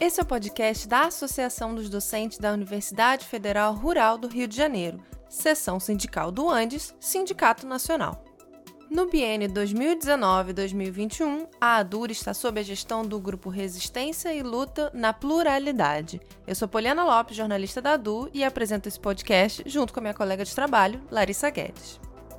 Esse é o podcast da Associação dos Docentes da Universidade Federal Rural do Rio de Janeiro, Seção Sindical do Andes, Sindicato Nacional. No biênio 2019-2021, a ADUR está sob a gestão do Grupo Resistência e Luta na Pluralidade. Eu sou Poliana Lopes, jornalista da ADUR, e apresento esse podcast junto com a minha colega de trabalho, Larissa Guedes.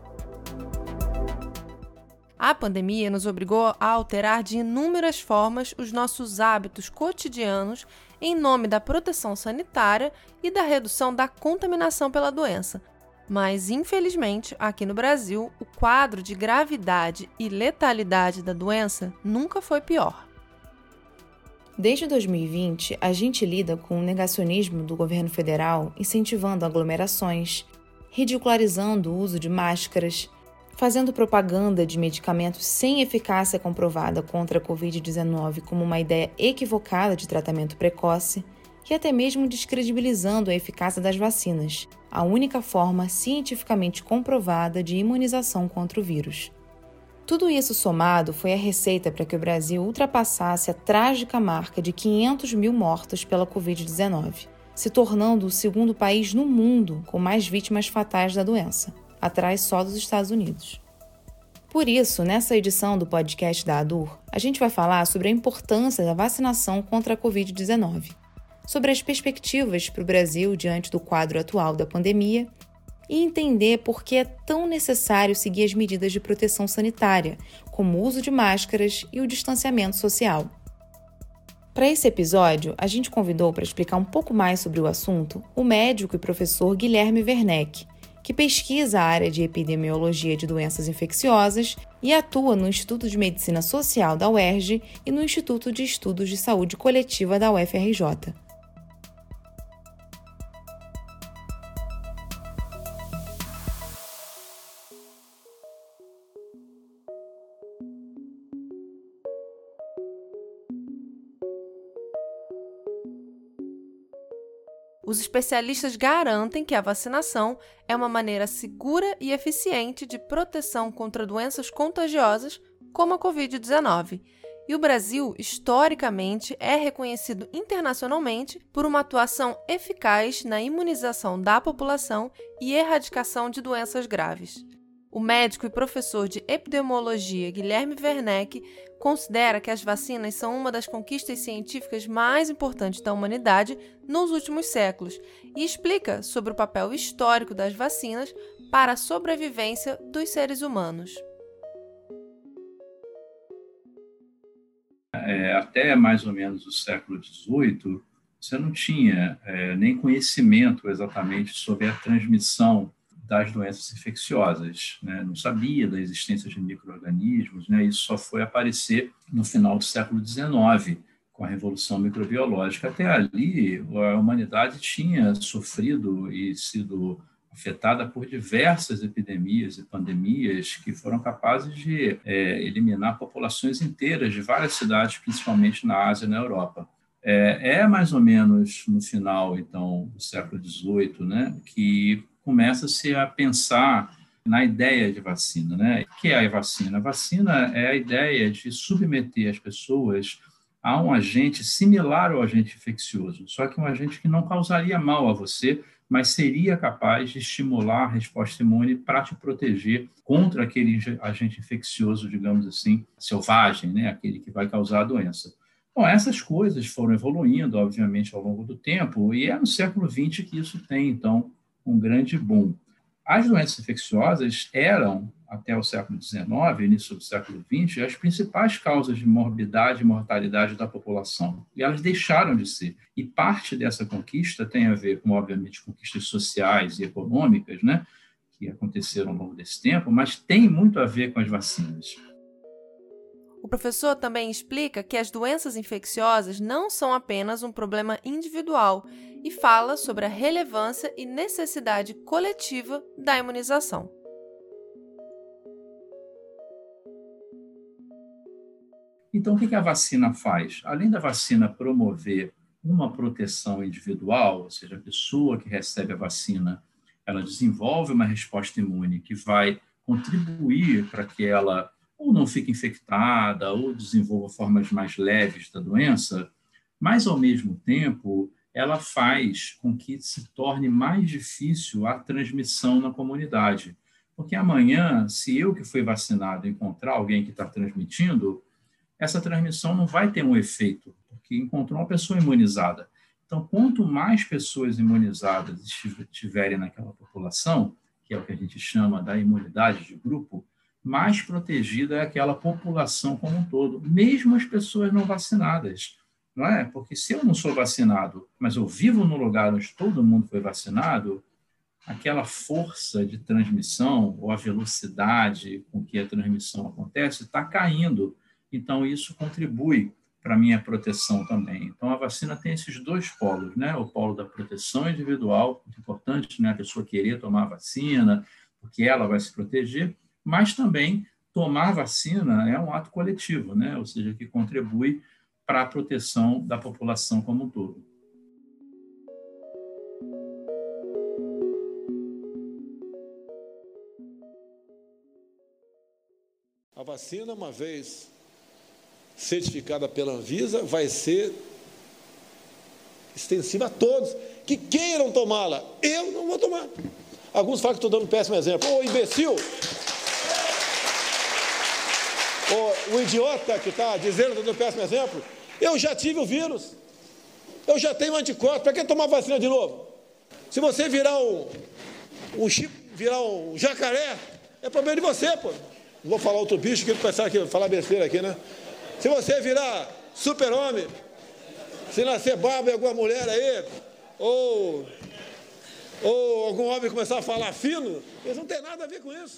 A pandemia nos obrigou a alterar de inúmeras formas os nossos hábitos cotidianos em nome da proteção sanitária e da redução da contaminação pela doença. Mas, infelizmente, aqui no Brasil, o quadro de gravidade e letalidade da doença nunca foi pior. Desde 2020, a gente lida com o negacionismo do governo federal, incentivando aglomerações, ridicularizando o uso de máscaras, fazendo propaganda de medicamentos sem eficácia comprovada contra a Covid-19 como uma ideia equivocada de tratamento precoce e até mesmo descredibilizando a eficácia das vacinas, a única forma cientificamente comprovada de imunização contra o vírus. Tudo isso somado foi a receita para que o Brasil ultrapassasse a trágica marca de 500 mil mortos pela Covid-19, se tornando o segundo país no mundo com mais vítimas fatais da doença, atrás só dos Estados Unidos. Por isso, nessa edição do podcast da ADUR, a gente vai falar sobre a importância da vacinação contra a Covid-19, sobre as perspectivas para o Brasil diante do quadro atual da pandemia e entender por que é tão necessário seguir as medidas de proteção sanitária, como o uso de máscaras e o distanciamento social. Para esse episódio, a gente convidou para explicar um pouco mais sobre o assunto o médico e professor Guilherme Werneck, que pesquisa a área de epidemiologia de doenças infecciosas e atua no Instituto de Medicina Social da UERJ e no Instituto de Estudos de Saúde Coletiva da UFRJ. Os especialistas garantem que a vacinação é uma maneira segura e eficiente de proteção contra doenças contagiosas, como a Covid-19. E o Brasil, historicamente, é reconhecido internacionalmente por uma atuação eficaz na imunização da população e erradicação de doenças graves. O médico e professor de epidemiologia Guilherme Werneck considera que as vacinas são uma das conquistas científicas mais importantes da humanidade nos últimos séculos e explica sobre o papel histórico das vacinas para a sobrevivência dos seres humanos. Até mais ou menos o século XVIII, você não tinha nem conhecimento exatamente sobre a transmissão das doenças infecciosas, né? Não sabia da existência de micro-organismos, né? Isso só foi aparecer no final do século XIX, com a Revolução Microbiológica. Até ali, a humanidade tinha sofrido e sido afetada por diversas epidemias e pandemias que foram capazes de eliminar populações inteiras de várias cidades, principalmente na Ásia e na Europa. É mais ou menos no final, então, do século XVIII, né, que começa-se a pensar na ideia de vacina, né? O que é a vacina? A vacina é a ideia de submeter as pessoas a um agente similar ao agente infeccioso, só que um agente que não causaria mal a você, mas seria capaz de estimular a resposta imune para te proteger contra aquele agente infeccioso, digamos assim, selvagem, né? Aquele que vai causar a doença. Bom, essas coisas foram evoluindo, obviamente, ao longo do tempo, e é no século XX que isso tem, então, um grande boom. As doenças infecciosas eram, até o século XIX, início do século XX, as principais causas de morbidade e mortalidade da população. E elas deixaram de ser. E parte dessa conquista tem a ver com, obviamente, conquistas sociais e econômicas, né, que aconteceram ao longo desse tempo, mas tem muito a ver com as vacinas. O professor também explica que as doenças infecciosas não são apenas um problema individual e fala sobre a relevância e necessidade coletiva da imunização. Então, o que a vacina faz? Além da vacina promover uma proteção individual, ou seja, a pessoa que recebe a vacina, ela desenvolve uma resposta imune que vai contribuir para que ela ou não fique infectada ou desenvolva formas mais leves da doença, Mas, ao mesmo tempo, ela faz com que se torne mais difícil a transmissão na comunidade. Porque amanhã, se eu que fui vacinado encontrar alguém que está transmitindo, essa transmissão não vai ter um efeito, porque encontrou uma pessoa imunizada. Então, quanto mais pessoas imunizadas estiverem naquela população, que é o que a gente chama da imunidade de grupo, mais protegida é aquela população como um todo, mesmo as pessoas não vacinadas. Não é? Porque se eu não sou vacinado, mas eu vivo num lugar onde todo mundo foi vacinado, aquela força de transmissão ou a velocidade com que a transmissão acontece está caindo. Então, isso contribui para a minha proteção também. Então, a vacina tem esses dois polos, né? O polo da proteção individual, muito importante, né? A pessoa querer tomar a vacina, porque ela vai se proteger, mas também tomar a vacina é um ato coletivo, né? Ou seja, que contribui para a proteção da população como um todo. A vacina, uma vez certificada pela Anvisa, vai ser extensiva a todos que queiram tomá-la. Eu não vou tomar. Alguns falam que estou dando um péssimo exemplo. Ô, imbecil! O idiota que está dizendo que eu estou dando um péssimo exemplo, eu já tive o vírus. Eu já tenho anticorpos. Para que tomar vacina de novo? Se você virar um jacaré, é problema de você, pô. Não vou falar outro bicho que ele pensar que falar besteira aqui, né? Se você virar super-homem, se nascer barba em alguma mulher aí, ou algum homem começar a falar fino, eles não têm nada a ver com isso.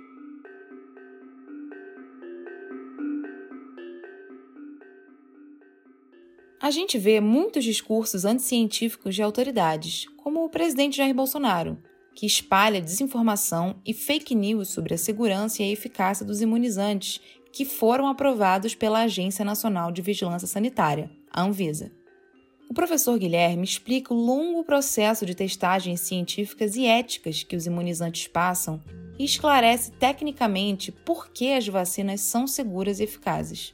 A gente vê muitos discursos anticientíficos de autoridades, como o presidente Jair Bolsonaro, que espalha desinformação e fake news sobre a segurança e a eficácia dos imunizantes que foram aprovados pela Agência Nacional de Vigilância Sanitária, a Anvisa. O professor Guilherme explica o longo processo de testagens científicas e éticas que os imunizantes passam e esclarece tecnicamente por que as vacinas são seguras e eficazes.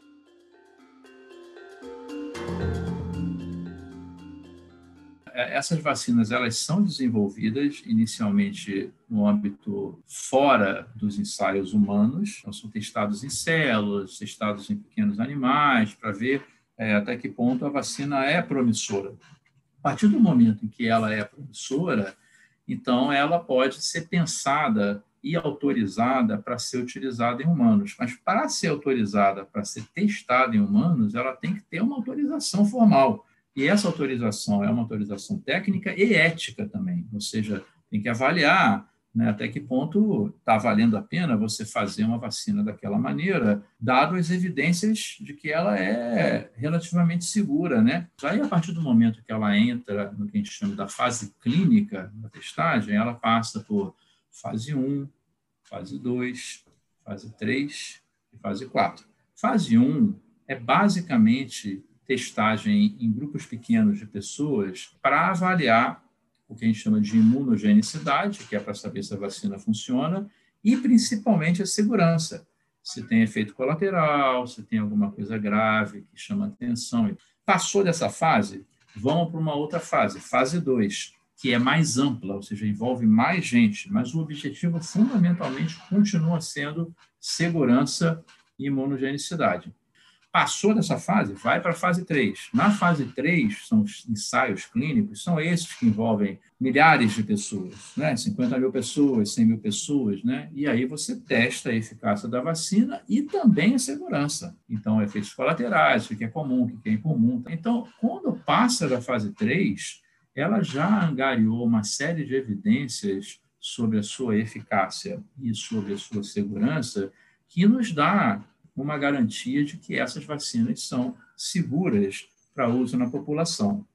Essas vacinas, elas são desenvolvidas inicialmente no âmbito fora dos ensaios humanos, então são testados em células, testados em pequenos animais, para ver até que ponto a vacina é promissora. A partir do momento em que ela é promissora, então ela pode ser pensada e autorizada para ser utilizada em humanos. Mas para ser autorizada, para ser testada em humanos, ela tem que ter uma autorização formal. E essa autorização é uma autorização técnica e ética também, ou seja, tem que avaliar, né, até que ponto está valendo a pena você fazer uma vacina daquela maneira, dado as evidências de que ela é relativamente segura, né? Aí, a partir do momento que ela entra no que a gente chama da fase clínica da testagem, ela passa por fase 1, fase 2, fase 3 e fase 4. Fase 1 é basicamente testagem em grupos pequenos de pessoas para avaliar o que a gente chama de imunogenicidade, que é para saber se a vacina funciona, e principalmente a segurança, se tem efeito colateral, se tem alguma coisa grave que chama atenção. Passou dessa fase, vamos para uma outra fase, fase 2, que é mais ampla, ou seja, envolve mais gente, mas o objetivo fundamentalmente continua sendo segurança e imunogenicidade. Passou dessa fase, vai para a fase 3. Na fase 3, são os ensaios clínicos, são esses que envolvem milhares de pessoas, né? 50 mil pessoas, 100 mil pessoas, né? E aí você testa a eficácia da vacina e também a segurança. Então, efeitos colaterais, o que é comum, o que é incomum. Então, quando passa da fase 3, ela já angariou uma série de evidências sobre a sua eficácia e sobre a sua segurança que nos dá uma garantia de que essas vacinas são seguras para uso na população.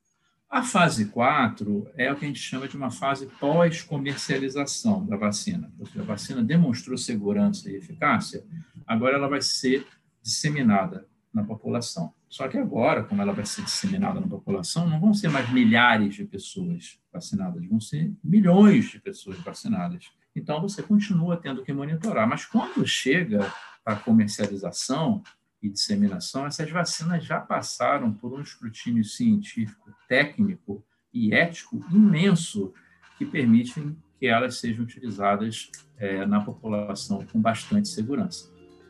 A fase 4 é o que a gente chama de uma fase pós-comercialização da vacina. Porque a vacina demonstrou segurança e eficácia, agora ela vai ser disseminada na população. Só que agora, como ela vai ser disseminada na população, não vão ser mais milhares de pessoas vacinadas, vão ser milhões de pessoas vacinadas. Então, você continua tendo que monitorar. Mas quando chega a comercialização, e disseminação, essas vacinas já passaram por um escrutínio científico, técnico e ético imenso, que permitem que elas sejam utilizadas na população com bastante segurança.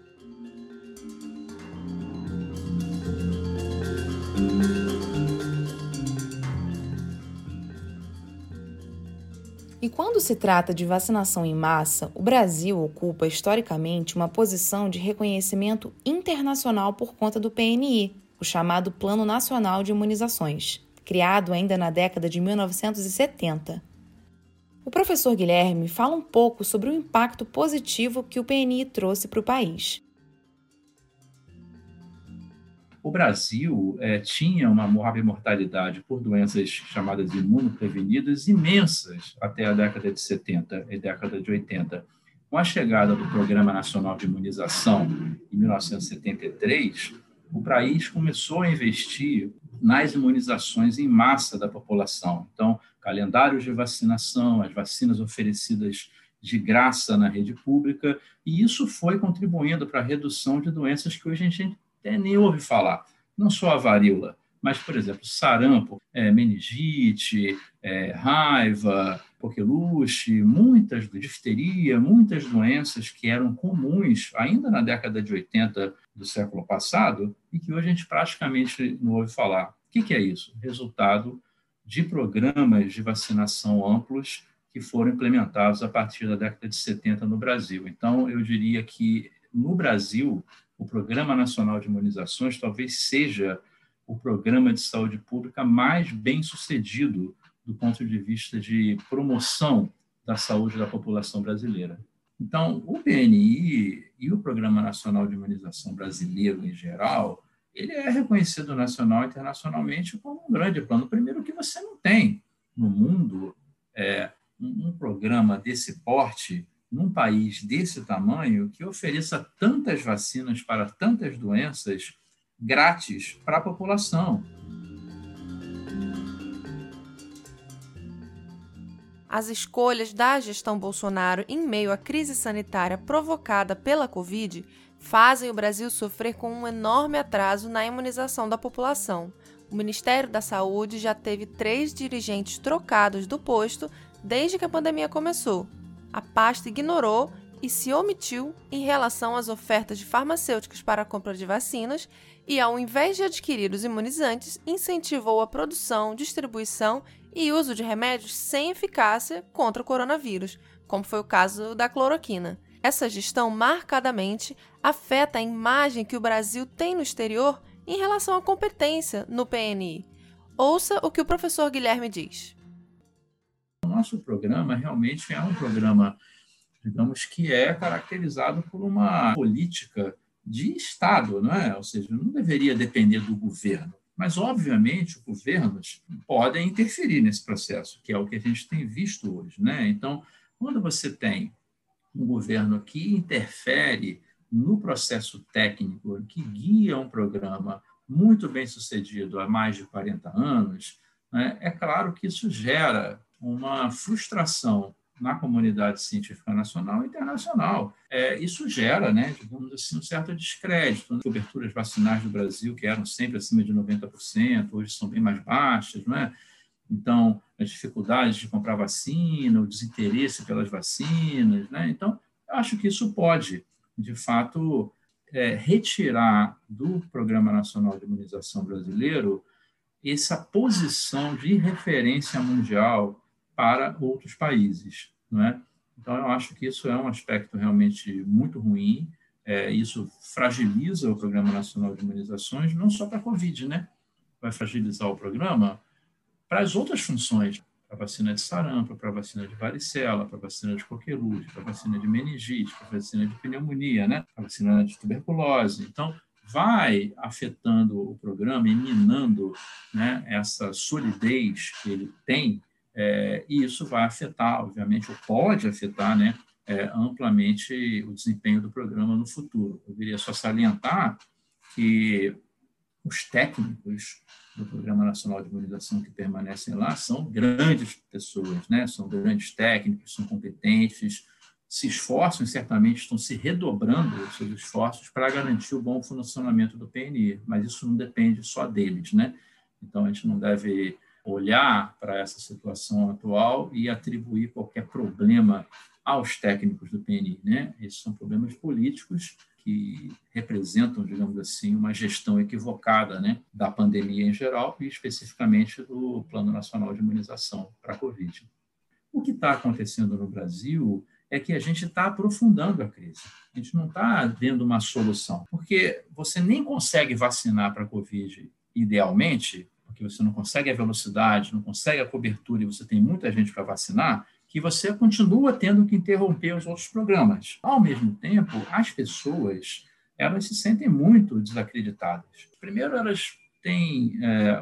E quando se trata de vacinação em massa, o Brasil ocupa historicamente uma posição de reconhecimento internacional por conta do PNI, o chamado Plano Nacional de Imunizações, criado ainda na década de 1970. O professor Guilherme fala um pouco sobre o impacto positivo que o PNI trouxe para o país. O Brasil tinha uma mortalidade por doenças chamadas imunoprevenidas imensas até a década de 70 e década de 80. Com a chegada do Programa Nacional de Imunização, em 1973, o país começou a investir nas imunizações em massa da população. Então, calendários de vacinação, as vacinas oferecidas de graça na rede pública, e isso foi contribuindo para a redução de doenças que hoje a gente até nem ouve falar. Não só a varíola, mas, por exemplo, sarampo, meningite, raiva, coqueluche, difteria, muitas doenças que eram comuns ainda na década de 80 do século passado e que hoje a gente praticamente não ouve falar. O que é isso? Resultado de programas de vacinação amplos que foram implementados a partir da década de 70 no Brasil. Então, eu diria que, no Brasil, o Programa Nacional de Imunizações talvez seja o programa de saúde pública mais bem-sucedido do ponto de vista de promoção da saúde da população brasileira. Então, o PNI e o Programa Nacional de Imunização brasileiro, em geral, ele é reconhecido nacional e internacionalmente como um grande plano. Primeiro, que você não tem no mundo um programa desse porte, num país desse tamanho, que ofereça tantas vacinas para tantas doenças grátis para a população. As escolhas da gestão Bolsonaro em meio à crise sanitária provocada pela Covid fazem o Brasil sofrer com um enorme atraso na imunização da população. O Ministério da Saúde já teve 3 dirigentes trocados do posto desde que a pandemia começou. A pasta ignorou e se omitiu em relação às ofertas de farmacêuticas para a compra de vacinas e, ao invés de adquirir os imunizantes, incentivou a produção, distribuição e uso de remédios sem eficácia contra o coronavírus, como foi o caso da cloroquina. Essa gestão marcadamente afeta a imagem que o Brasil tem no exterior em relação à competência no PNI. Ouça o que o professor Guilherme diz. O nosso programa realmente é um programa, digamos, que é caracterizado por uma política de Estado, não é? Ou seja, não deveria depender do governo. Mas, obviamente, os governos podem interferir nesse processo, que é o que a gente tem visto hoje, né? Então, quando você tem um governo que interfere no processo técnico, que guia um programa muito bem sucedido há mais de 40 anos, né, é claro que isso gera uma frustração na comunidade científica nacional e internacional. Isso gera, né, digamos assim, um certo descrédito. As coberturas vacinais do Brasil, que eram sempre acima de 90%, hoje são bem mais baixas, não é? Então, as dificuldades de comprar vacina, o desinteresse pelas vacinas, né? Então, eu acho que isso pode, de fato, retirar do Programa Nacional de Imunização brasileiro essa posição de referência mundial para outros países, não é? Então, eu acho que isso é um aspecto realmente muito ruim. Isso fragiliza o Programa Nacional de Imunizações, não só para a Covid, né? Vai fragilizar o programa para as outras funções, para a vacina de sarampo, para a vacina de varicela, para a vacina de coqueluche, para a vacina de meningite, para a vacina de pneumonia, né? Para a vacina de tuberculose. Então, vai afetando o programa e minando, né, essa solidez que ele tem, e isso vai afetar, obviamente, ou pode afetar, né, amplamente o desempenho do programa no futuro. Eu queria só salientar que os técnicos do Programa Nacional de Imunização que permanecem lá são grandes pessoas, né? São grandes técnicos, são competentes, se esforçam e certamente estão se redobrando os seus esforços para garantir o bom funcionamento do PNI, mas isso não depende só deles, né? Então, a gente não deve olhar para essa situação atual e atribuir qualquer problema aos técnicos do PNI, né? Esses são problemas políticos que representam, digamos assim, uma gestão equivocada, né, da pandemia em geral e especificamente do Plano Nacional de Imunização para a Covid. O que está acontecendo no Brasil é que a gente está aprofundando a crise. A gente não está vendo uma solução, porque você nem consegue vacinar para a Covid idealmente, porque você não consegue a velocidade, não consegue a cobertura e você tem muita gente para vacinar, que você continua tendo que interromper os outros programas. Ao mesmo tempo, as pessoas elas se sentem muito desacreditadas. Primeiro, elas têm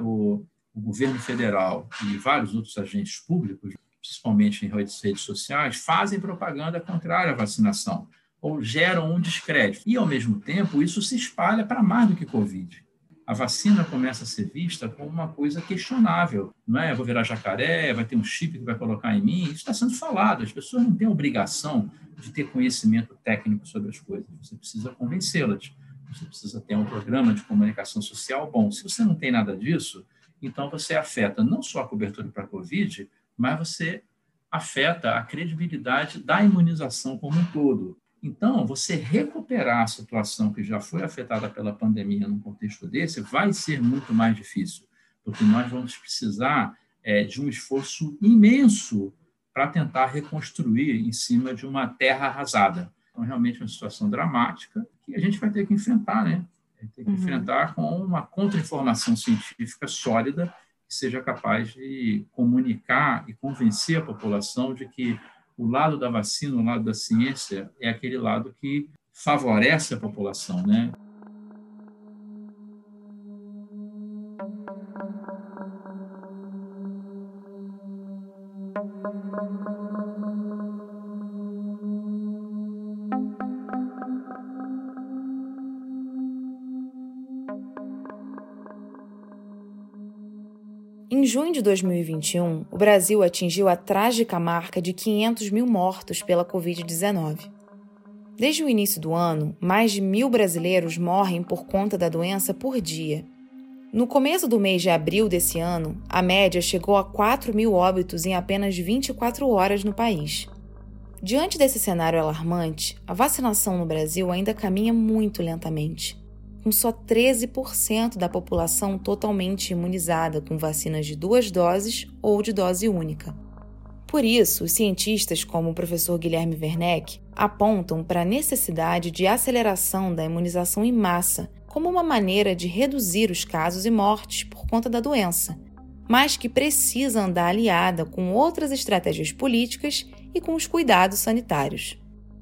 o governo federal e vários outros agentes públicos, principalmente em redes sociais, fazem propaganda contrária à vacinação ou geram um descrédito. E, ao mesmo tempo, isso se espalha para mais do que Covid. A vacina começa a ser vista como uma coisa questionável. Não é? Eu vou virar jacaré, vai ter um chip que vai colocar em mim. Isso está sendo falado. As pessoas não têm obrigação de ter conhecimento técnico sobre as coisas. Você precisa convencê-las. Você precisa ter um programa de comunicação social bom. Se você não tem nada disso, então você afeta não só a cobertura para a Covid, mas você afeta a credibilidade da imunização como um todo. Então, você recuperar a situação que já foi afetada pela pandemia num contexto desse vai ser muito mais difícil, porque nós vamos precisar de um esforço imenso para tentar reconstruir em cima de uma terra arrasada. Então, realmente é uma situação dramática que a gente vai ter que enfrentar, né? Vai ter que enfrentar com uma contra-informação científica sólida que seja capaz de comunicar e convencer a população de que o lado da vacina, o lado da ciência, é aquele lado que favorece a população, né? Em junho de 2021, o Brasil atingiu a trágica marca de 500 mil mortos pela Covid-19. Desde o início do ano, mais de 1.000 brasileiros morrem por conta da doença por dia. No começo do mês de abril desse ano, a média chegou a 4.000 óbitos em apenas 24 horas no país. Diante desse cenário alarmante, a vacinação no Brasil ainda caminha muito lentamente, com só 13% da população totalmente imunizada com vacinas de 2 doses ou de dose única. Por isso, os cientistas como o professor Guilherme Werneck apontam para a necessidade de aceleração da imunização em massa como uma maneira de reduzir os casos e mortes por conta da doença, mas que precisa andar aliada com outras estratégias políticas e com os cuidados sanitários.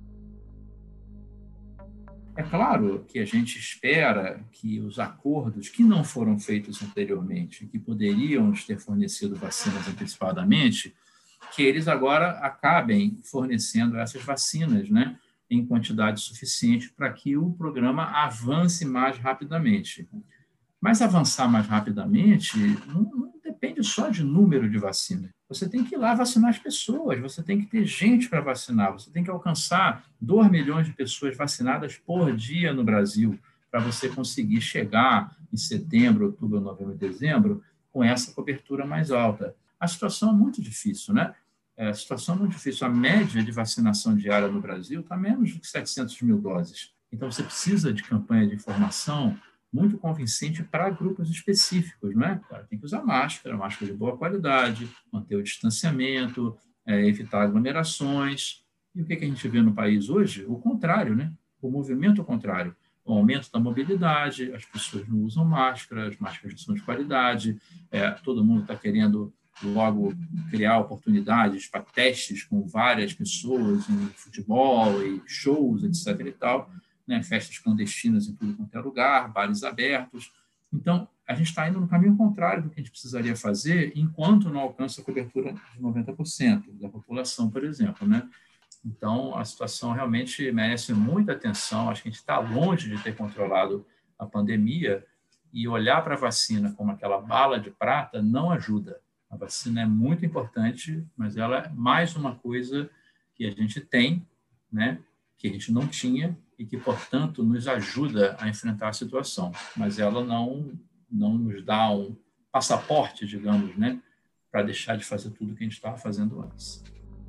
É claro que a gente espera que os acordos que não foram feitos anteriormente, que poderiam nos ter fornecido vacinas antecipadamente, que eles agora acabem fornecendo essas vacinas, né, em quantidade suficiente para que o programa avance mais rapidamente. Mas avançar mais rapidamente não depende só de número de vacinas. Você tem que ir lá vacinar as pessoas, você tem que ter gente para vacinar, você tem que alcançar 2 milhões de pessoas vacinadas por dia no Brasil para você conseguir chegar em setembro, outubro, novembro e dezembro com essa cobertura mais alta. A situação é muito difícil, né? A situação é muito difícil. A média de vacinação diária no Brasil está menos de 700 mil doses. Então, você precisa de campanha de informação muito convincente para grupos específicos, não é? Claro, tem que usar máscara de boa qualidade, manter o distanciamento, evitar aglomerações. E o que a gente vê no país hoje? O contrário, né? O movimento contrário. O aumento da mobilidade, as pessoas não usam máscara, as máscaras não são de qualidade, todo mundo está querendo logo criar oportunidades para testes com várias pessoas em futebol e shows, etc. e tal. Né, festas clandestinas em tudo quanto é lugar, bares abertos. Então, a gente está indo no caminho contrário do que a gente precisaria fazer enquanto não alcança a cobertura de 90% da população, por exemplo. Né? Então, a situação realmente merece muita atenção. Acho que a gente está longe de ter controlado a pandemia e olhar para a vacina como aquela bala de prata não ajuda. A vacina é muito importante, mas ela é mais uma coisa que a gente tem né, que a gente não tinha e que, portanto, nos ajuda a enfrentar a situação, mas ela não nos dá um passaporte, digamos, né, para deixar de fazer tudo que a gente estava fazendo antes.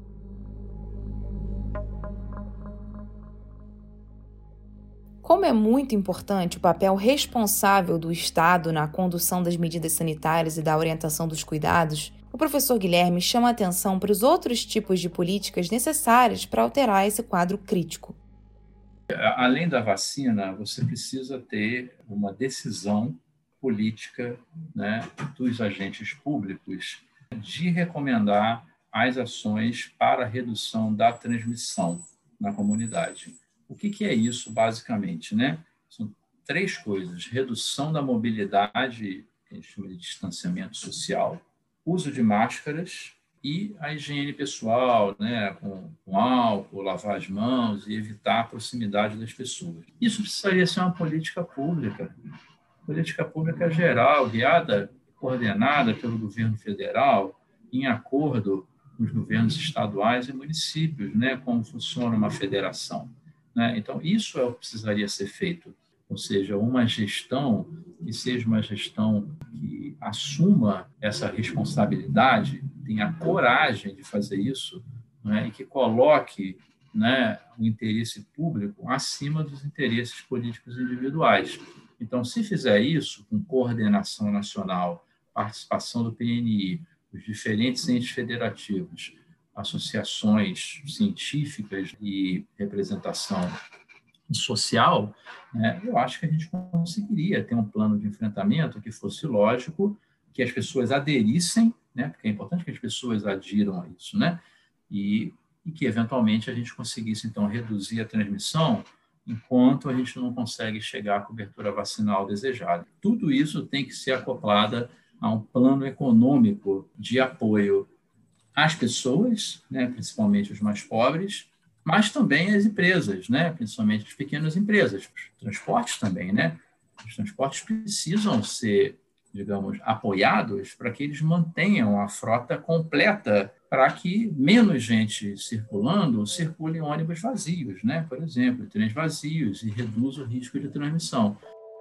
Como é muito importante o papel responsável do Estado na condução das medidas sanitárias e da orientação dos cuidados, o professor Guilherme chama a atenção para os outros tipos de políticas necessárias para alterar esse quadro crítico. Além da vacina, você precisa ter uma decisão política, né, dos agentes públicos de recomendar as ações para a redução da transmissão na comunidade. O que é isso, basicamente, né? São 3 coisas: redução da mobilidade, que a gente chama de distanciamento social, uso de máscaras e a higiene pessoal, né? com álcool, lavar as mãos e evitar a proximidade das pessoas. Isso precisaria ser uma política pública geral, guiada, coordenada pelo governo federal, em acordo com os governos estaduais e municípios, né? Como funciona uma federação. Né? Então, isso é o que precisaria ser feito, ou seja, uma gestão que seja uma gestão que assuma essa responsabilidade, tenha coragem de fazer isso, né? E que coloque, né, o interesse público acima dos interesses políticos individuais. Então, se fizer isso, com coordenação nacional, participação do PNI, os diferentes entes federativos, associações científicas e representação social, né, eu acho que a gente conseguiria ter um plano de enfrentamento que fosse lógico, que as pessoas aderissem, né, porque é importante que as pessoas adiram a isso, né, e que, eventualmente, a gente conseguisse, então, reduzir a transmissão enquanto a gente não consegue chegar à cobertura vacinal desejada. Tudo isso tem que ser acoplado a um plano econômico de apoio às pessoas, né, principalmente os mais pobres, mas também às empresas, né, principalmente as pequenas empresas, os transportes também, né? Os transportes precisam ser, digamos, apoiados para que eles mantenham a frota completa, para que menos gente circulando circule em ônibus vazios, né? Por exemplo, trens vazios, e reduz o risco de transmissão.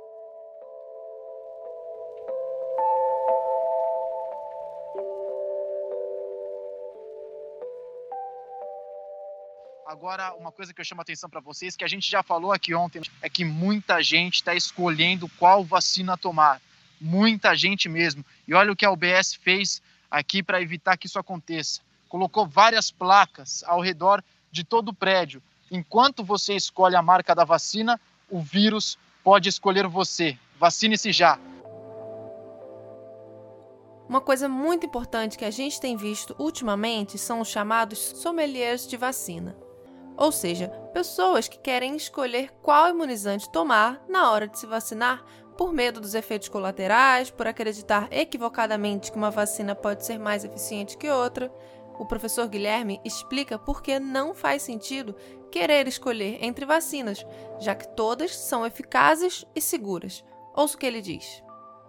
Agora, uma coisa que eu chamo a atenção para vocês, que a gente já falou aqui ontem, é que muita gente está escolhendo qual vacina tomar. Muita gente mesmo. E olha o que a UBS fez aqui para evitar que isso aconteça. Colocou várias placas ao redor de todo o prédio. Enquanto você escolhe a marca da vacina, o vírus pode escolher você. Vacine-se já. Uma coisa muito importante que a gente tem visto ultimamente são os chamados sommeliers de vacina. Ou seja, pessoas que querem escolher qual imunizante tomar na hora de se vacinar, por medo dos efeitos colaterais, por acreditar equivocadamente que uma vacina pode ser mais eficiente que outra. O professor Guilherme explica por que não faz sentido querer escolher entre vacinas, já que todas são eficazes e seguras. Ouça o que ele diz.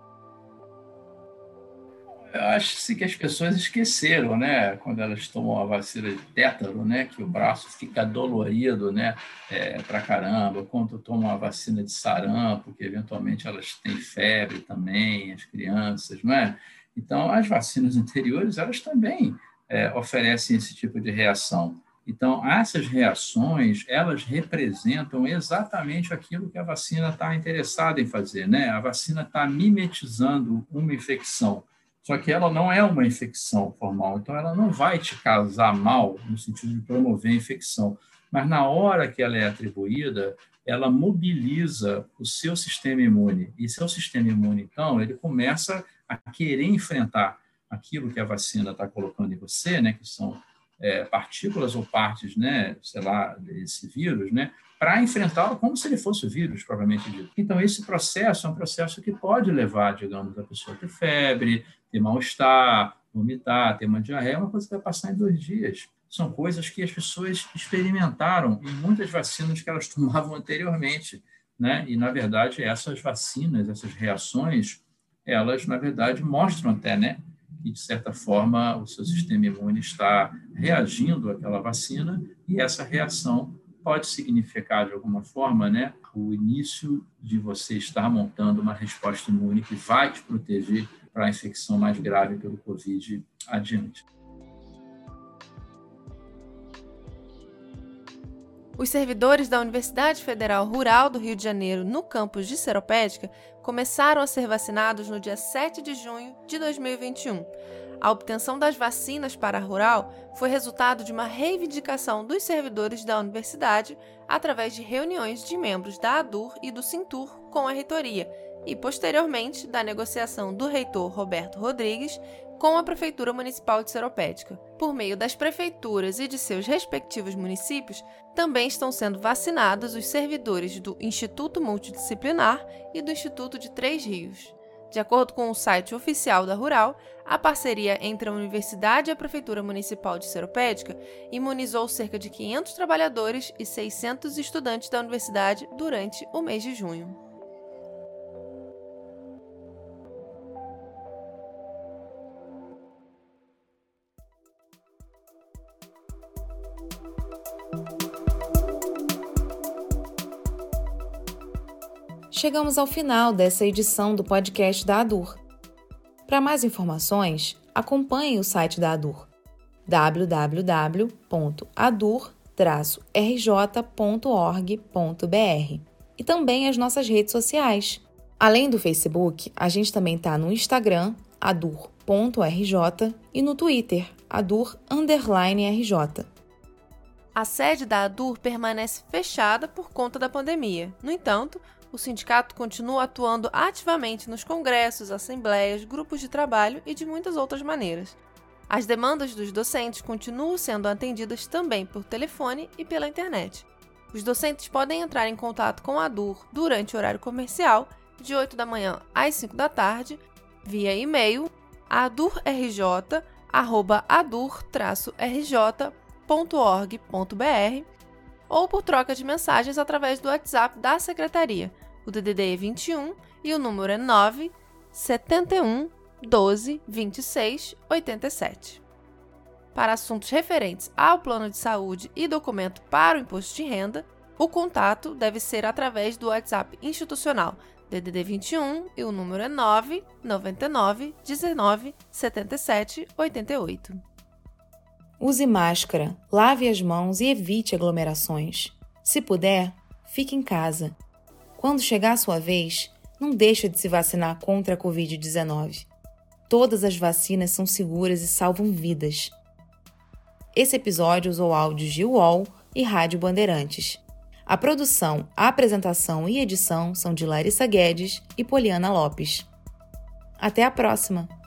Eu acho que as pessoas esqueceram, né, quando elas tomam a vacina de tétano, né, que o braço fica dolorido, né, pra caramba. Quando tomam a vacina de sarampo, que eventualmente elas têm febre também, as crianças, não é? Então, as vacinas anteriores, elas também oferecem esse tipo de reação. Então, essas reações, elas representam exatamente aquilo que a vacina está interessada em fazer, né? A vacina está mimetizando uma infecção. Só que ela não é uma infecção formal, então ela não vai te causar mal no sentido de promover a infecção. Mas na hora que ela é atribuída, ela mobiliza o seu sistema imune. E seu sistema imune, então, ele começa a querer enfrentar aquilo que a vacina está colocando em você, né, que são partículas ou partes, né, sei lá, desse vírus, né, para enfrentá-lo como se ele fosse o vírus, propriamente dito. Então, esse processo é um processo que pode levar, digamos, a pessoa a ter febre, ter mal-estar, vomitar, ter uma diarreia, uma coisa que vai passar em 2 dias. São coisas que as pessoas experimentaram em muitas vacinas que elas tomavam anteriormente, né? E, na verdade, essas vacinas, essas reações, elas, na verdade, mostram até, né, que, de certa forma, o seu sistema imune está reagindo àquela vacina e essa reação pode significar, de alguma forma, né, o início de você estar montando uma resposta imune que vai te proteger para a infecção mais grave pelo Covid adiante. Os servidores da Universidade Federal Rural do Rio de Janeiro, no campus de Seropédica, começaram a ser vacinados no dia 7 de junho de 2021. A obtenção das vacinas para a Rural foi resultado de uma reivindicação dos servidores da universidade através de reuniões de membros da ADUR e do Sintur com a reitoria e, posteriormente, da negociação do reitor Roberto Rodrigues com a Prefeitura Municipal de Seropédica. Por meio das prefeituras e de seus respectivos municípios, também estão sendo vacinados os servidores do Instituto Multidisciplinar e do Instituto de Três Rios. De acordo com o site oficial da Rural, a parceria entre a Universidade e a Prefeitura Municipal de Seropédica imunizou cerca de 500 trabalhadores e 600 estudantes da universidade durante o mês de junho. Chegamos ao final dessa edição do podcast da ADUR. Para mais informações, acompanhe o site da ADUR, www.adur-rj.org.br, e também as nossas redes sociais. Além do Facebook, a gente também está no Instagram, adur.rj, e no Twitter, adur_rj. A sede da ADUR permanece fechada por conta da pandemia. No entanto, o sindicato continua atuando ativamente nos congressos, assembleias, grupos de trabalho e de muitas outras maneiras. As demandas dos docentes continuam sendo atendidas também por telefone e pela internet. Os docentes podem entrar em contato com a ADUR durante o horário comercial, de 8 da manhã às 5 da tarde, via e-mail adur-rj.org.br ou por troca de mensagens através do WhatsApp da Secretaria. O DDD é 21 e o número é 9 71 12 26 87. Para assuntos referentes ao plano de saúde e documento para o imposto de renda, o contato deve ser através do WhatsApp institucional DDD 21 e o número é 9 99 19 77 88. Use máscara, lave as mãos e evite aglomerações. Se puder, fique em casa. Quando chegar a sua vez, não deixe de se vacinar contra a Covid-19. Todas as vacinas são seguras e salvam vidas. Esse episódio usou áudios de UOL e Rádio Bandeirantes. A produção, a apresentação e edição são de Larissa Guedes e Poliana Lopes. Até a próxima!